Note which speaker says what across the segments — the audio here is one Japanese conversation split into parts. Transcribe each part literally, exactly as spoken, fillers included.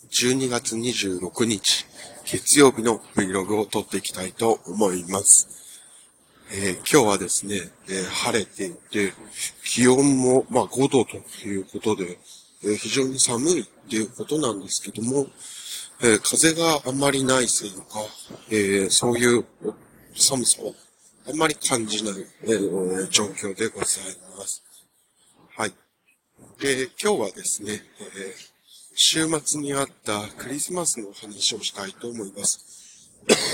Speaker 1: じゅうにがつにじゅうろくにち、月曜日の Vlog を撮っていきたいと思います。えー、今日はですね、えー、晴れていて、気温もまあごどということで、えー、非常に寒いっていうことなんですけども、えー、風があんまりないせいか、えー、そういう寒さをあんまり感じない、えー、状況でございます。はい。で、今日はですね、えー、週末にあったクリスマスの話をしたいと思います。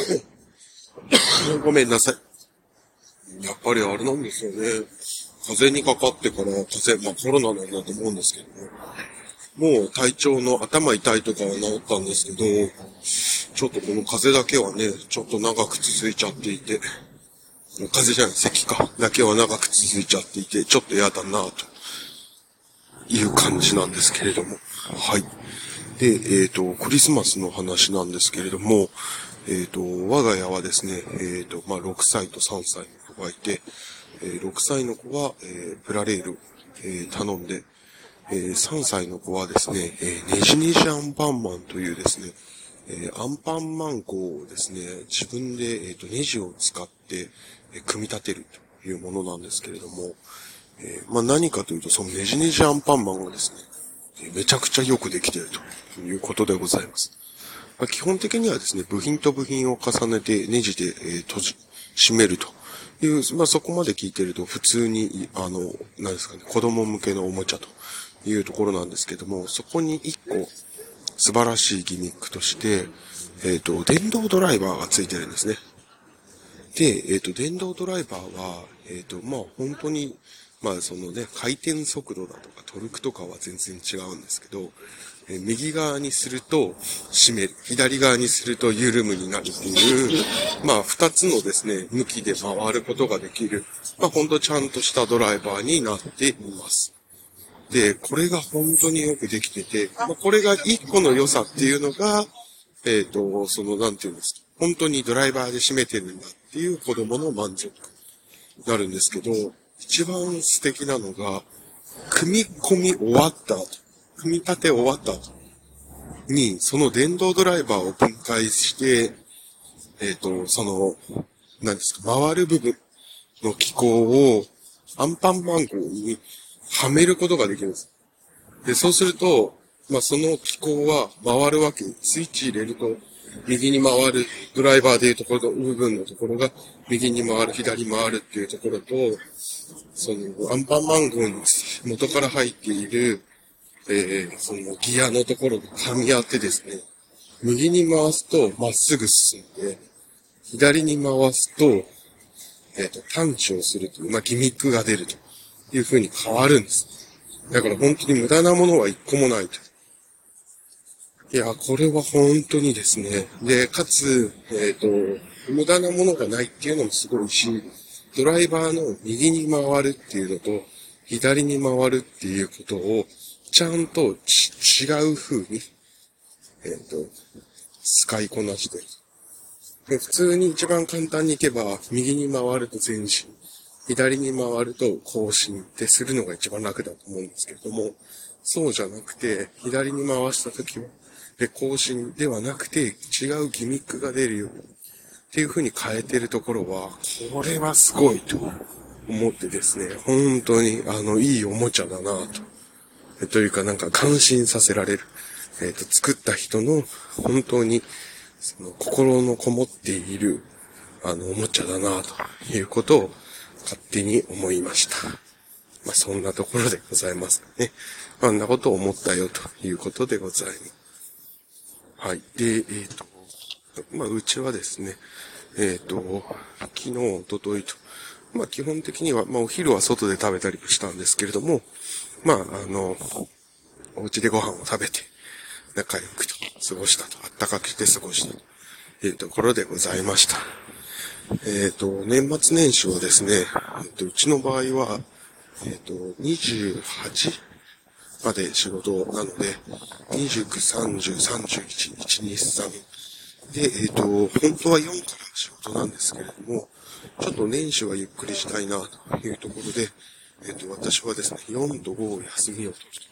Speaker 1: ごめんなさい。やっぱりあれなんですよね。風邪にかかってから風邪、まあコロナなんだと思うんですけども、もう体調の頭痛いとかは治ったんですけど、ちょっとこの風邪だけはね、ちょっと長く続いちゃっていて、風邪じゃない、咳か、だけは長く続いちゃっていて、ちょっと嫌だなという感じなんですけれども。はい。で、えっと、クリスマスの話なんですけれども、えっと、我が家はですね、えっと、まあ、ろくさいとさんさいの子がいて、えー、ろくさいの子は、えー、プラレール、えー、頼んで、えー、さんさいの子はですね、えー、ねじねじアンパンマンというですね、えー、アンパンマン粉をですね、自分で、えっと、ネジを使って、えー、組み立てるというものなんですけれども、えー、まあ、何かというと、そのねじねじアンパンマンがですね、めちゃくちゃよくできているということでございます。まあ、基本的にはですね、部品と部品を重ねてネジで、えー、閉じ、締めるという、まあ、そこまで聞いてると普通に、あの、何ですかね、子供向けのおもちゃというところなんですけども、そこに一個素晴らしいギミックとして、えっと、電動ドライバーがついてるんですね。で、えっと、電動ドライバーは、えっと、まあ、本当に、まあ、そのね、回転速度だとかトルクとかは全然違うんですけど、えー右側にすると締める、左側にすると緩むになるっていう、まあ、二つのですね、向きで回ることができる、まあ、ほんとちゃんとしたドライバーになっています。で、これが本当によくできてて、まあ、これが一個の良さっていうのが、えっと、その、なんていうんですか、本当にドライバーで締めてるんだっていう子供の満足になるんですけど、一番素敵なのが、組み込み終わった後、組み立て終わった後に、その電動ドライバーを分解して、えっと、その、何ですか、回る部分の機構をアンパンマン号にはめることができるんです。で、そうすると、まあ、その機構は回るわけ。スイッチ入れると、右に回る、ドライバーでいうところの部分のところが、右に回る、左に回るっていうところと、その、アンパンマン号に元から入っている、えー、そのギアのところが噛み合ってですね、右に回すとまっすぐ進んで、左に回すと、えっと、探知をするという、まあ、ギミックが出るという風に変わるんです。だから本当に無駄なものは一個もないと。いや、これは本当にですね。で、かつ、えっと、無駄なものがないっていうのもすごいし、ドライバーの右に回るっていうのと、左に回るっていうことを、ちゃんとち違う風に、えっと、使いこなしてる。で、普通に一番簡単にいけば、右に回ると前進、左に回ると後進ってするのが一番楽だと思うんですけれども、そうじゃなくて、左に回したときは、で、後進ではなくて、違うギミックが出るように、っていう風に変えてるところは、これはすごいと思ってですね、本当に、あの、いいおもちゃだなと。えというか、なんか感心させられる。えっと、作った人の、本当に、その、心のこもっている、あの、おもちゃだなということを、勝手に思いました。まあ、そんなところでございますね。あんなことを思ったよということでございます。はい。で、えっ、と、まあ、うちはですね、えっ、と、昨日、おとといと、まあ、基本的には、まあ、お昼は外で食べたりしたんですけれども、まあ、あの、お家でご飯を食べて、仲良くと過ごしたと、あったかくして過ごしたというところでございました。えっ、と、年末年始はですね、えっ、と、うちの場合は、えっ、と、にじゅうはちまで仕事なので、にじゅうく、さんじゅう、さんじゅういち、いち、に、さん。で、えっ、と、本当はよんから仕事なんですけれども、ちょっと年始はゆっくりしたいなというところで、えっ、と、私はですね、よんとごを休みを取る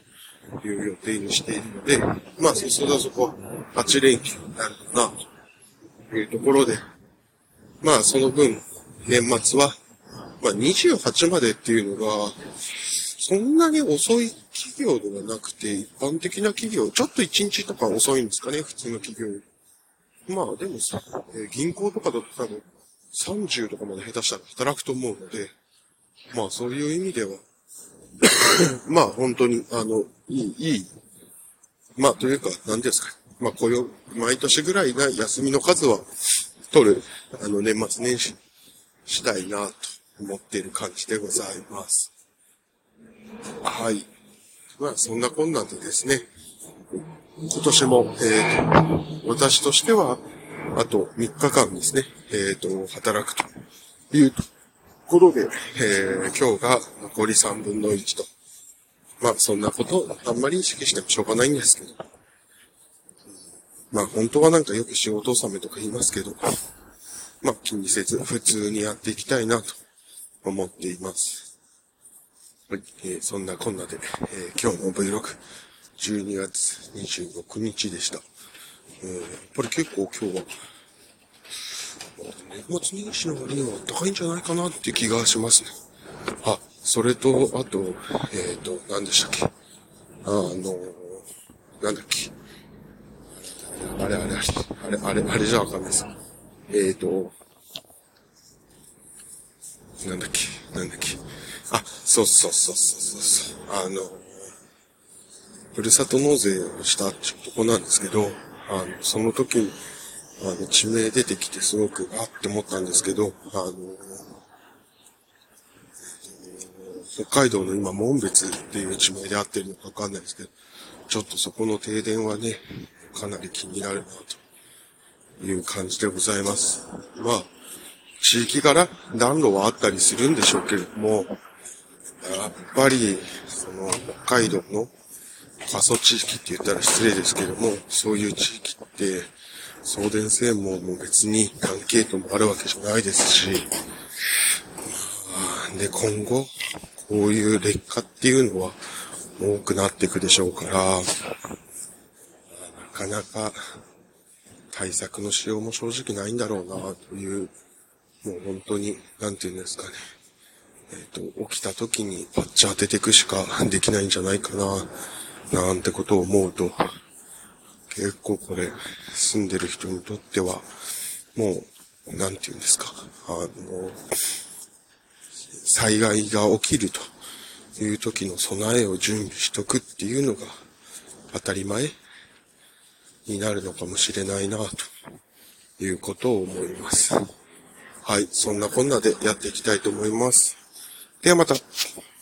Speaker 1: いう予定にしているので、まあそうするとそこははち連休になるかな、というところで、まあその分、年末は、まあにじゅうはちまでっていうのが、そんなに遅い企業ではなくて、一般的な企業、ちょっといちにちとか遅いんですかね、普通の企業より。まあでもさ、えー銀行とかだと多分さんじゅうとかまで下手したら働くと思うので、まあそういう意味では、まあ本当に、あの、いい、いい、まあというか、何ですか、まあ雇用、毎年ぐらいな休みの数は取る、あの年末年始したいなと思っている感じでございます。はい。まあそんなこんなんでですね、今年も、えーと、私としては、あとみっかかんですね、えーと、働くというところで、えー、今日が残りさんぶんのいちと。まあそんなことあんまり意識してもしょうがないんですけど。まあ本当はなんかよく仕事納めとか言いますけど、まあ気にせず普通にやっていきたいなと思っています。はい、えー、そんなこんなで、えー、今日の Vlog、じゅうにがつにじゅうろくにちでした。えー、やっぱり結構今日は、年末年始の割には高いんじゃないかなっていう気がしますね。あ、それと、あと、えっと、何でしたっけ。あの、なんだっけ。あれあれあれ、あれ、あれ、あれじゃわかんないです。えっと、なんだっけ、なんだっけ。あ、そうそうそうそうそう。あの、ふるさと納税をしたってとこなんですけど、あの、その時に、あの、地名出てきてすごく、あって思ったんですけど、あの、北海道の今、門別っていう地名で合ってるのかわかんないですけど、ちょっとそこの停電はね、かなり気になるな、という感じでございます。まあ、地域柄、暖炉はあったりするんでしょうけれども、やっぱり、その、北海道の過疎地域って言ったら失礼ですけども、そういう地域って、送電線網も別に何系統もあるわけじゃないですし、で、今後、こういう劣化っていうのは多くなっていくでしょうから、なかなか対策のしようも正直ないんだろうな、という、もう本当に、なんていうんですかね。えっと、起きた時にパッチ当てていくしかできないんじゃないかな、なんてことを思うと、結構これ、住んでる人にとっては、もう、なんていうんですか、あの、災害が起きるという時の備えを準備しとくっていうのが当たり前になるのかもしれないな、ということを思います。はい、そんなこんなでやっていきたいと思います。ではまた。